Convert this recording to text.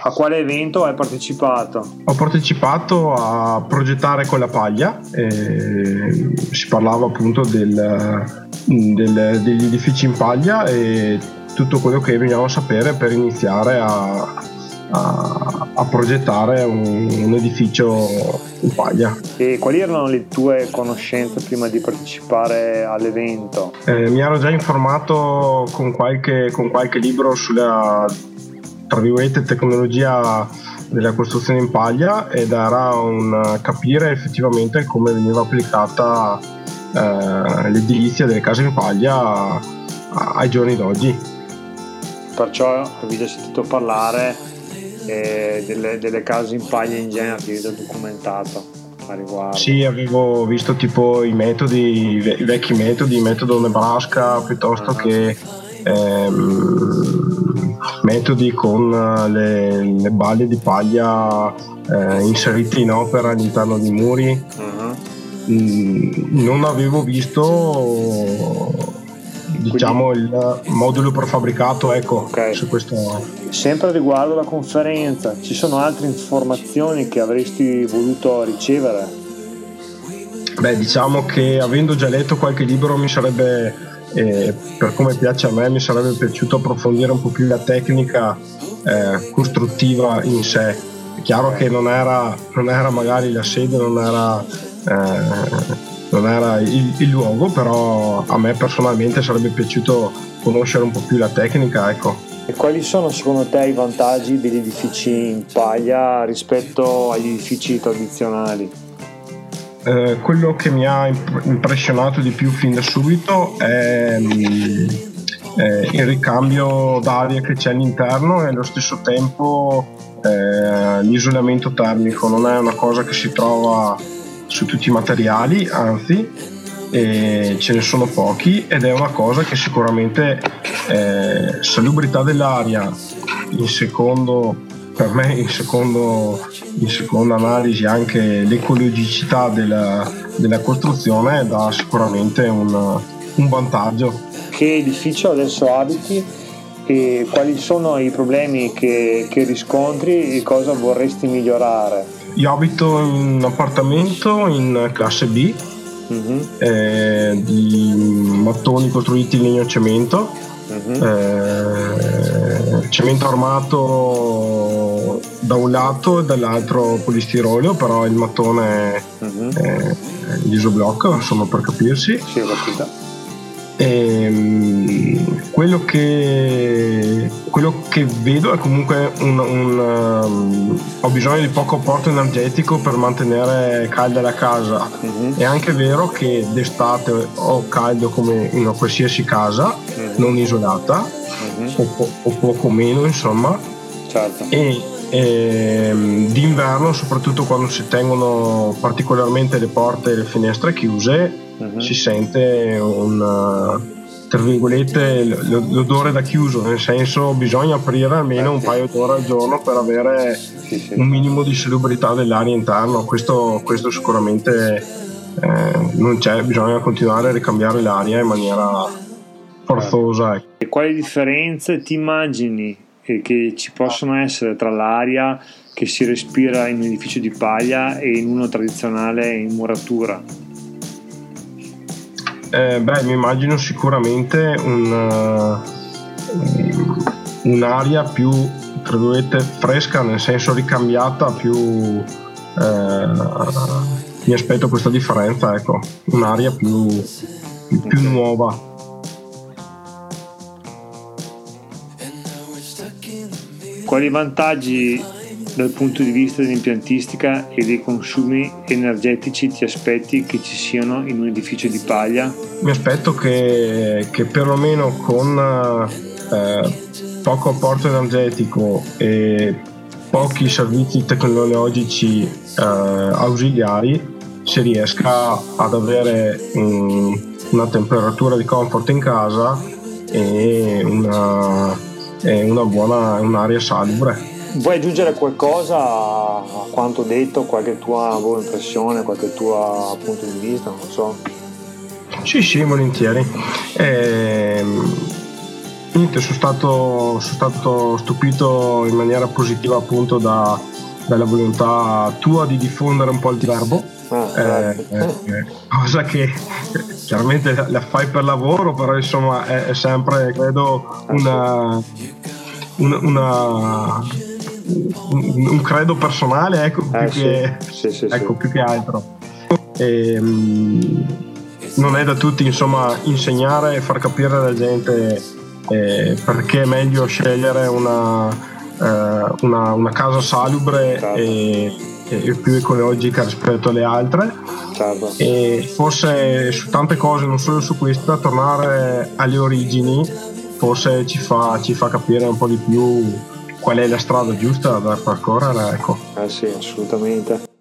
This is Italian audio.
A quale evento hai partecipato? Ho partecipato a progettare con la paglia, si parlava appunto degli edifici in paglia e tutto quello che bisognava sapere per iniziare a progettare un edificio in paglia. E quali erano le tue conoscenze prima di partecipare all'evento? Mi ero già informato con qualche libro sulla, tra virgolette, tecnologia della costruzione in paglia, ed era un capire effettivamente come veniva applicata l'edilizia delle case in paglia ai giorni d'oggi. Perciò avevi già sentito parlare delle case in paglia in genere, ti vedo documentato a riguardo. Sì, avevo visto tipo i vecchi metodi, metodo Nebraska, piuttosto che metodi con le balle di paglia inserite in opera all'interno dei muri. Non avevo visto, diciamo, il modulo prefabbricato, ecco. Okay. Su questo. Sempre riguardo alla conferenza, ci sono altre informazioni che avresti voluto ricevere? Beh, diciamo che avendo già letto qualche libro mi sarebbe, per come piace a me, mi sarebbe piaciuto approfondire un po' più la tecnica costruttiva in sé. È chiaro che non era magari la sede, non era il luogo, però a me personalmente sarebbe piaciuto conoscere un po' più la tecnica, ecco. E quali sono secondo te i vantaggi degli edifici in paglia rispetto agli edifici tradizionali? Quello che mi ha impressionato di più fin da subito è il ricambio d'aria che c'è all'interno e allo stesso tempo l'isolamento termico. Non è una cosa che si trova su tutti i materiali, anzi ce ne sono pochi, ed è una cosa che sicuramente salubrità dell'aria in seconda analisi anche l'ecologicità della costruzione dà sicuramente un vantaggio. Che edificio adesso abiti e quali sono i problemi che riscontri e cosa vorresti migliorare? Io abito in un appartamento in classe B, di mattoni costruiti in legno cemento, cemento armato da un lato e dall'altro polistiroleo, però il mattone è l'isoblocco, insomma, per capirsi. Sì, ho capito. Quello che vedo è comunque ho bisogno di poco apporto energetico per mantenere calda la casa. È anche vero che d'estate ho caldo come in una qualsiasi casa non isolata, o poco meno, insomma. Certo. E d'inverno, soprattutto quando si tengono particolarmente le porte e le finestre chiuse, si sente tra virgolette l'odore da chiuso, nel senso bisogna aprire almeno un paio d'ore al giorno per avere un minimo di salubrità dell'aria interna. Questo sicuramente non c'è, bisogna continuare a ricambiare l'aria in maniera forzosa. E quali differenze ti immagini che ci possono essere tra l'aria che si respira in un edificio di paglia e in uno tradizionale in muratura? Mi immagino sicuramente un'aria più, tra virgolette, fresca, nel senso ricambiata, più mi aspetto questa differenza, ecco, un'aria più nuova. Quali vantaggi dal punto di vista dell'impiantistica e dei consumi energetici ti aspetti che ci siano in un edificio di paglia? Mi aspetto che perlomeno con poco apporto energetico e pochi servizi tecnologici ausiliari si riesca ad avere una temperatura di comfort in casa e un'aria salubre. Vuoi aggiungere qualcosa a quanto detto, qualche tua impressione, qualche tuo punto di vista, non so? Sì, volentieri. Niente, sono stato stupito in maniera positiva appunto dalla volontà tua di diffondere un po' il verbo, cosa che chiaramente la fai per lavoro, però insomma è sempre, credo, un credo personale, ecco, più che altro. Non è da tutti, insomma, insegnare e far capire alla gente perché è meglio scegliere una casa salubre, certo, e più ecologica rispetto alle altre, certo. E forse su tante cose, non solo su questa, tornare alle origini forse ci fa capire un po' di più qual è la strada giusta da percorrere, ecco. Sì, assolutamente.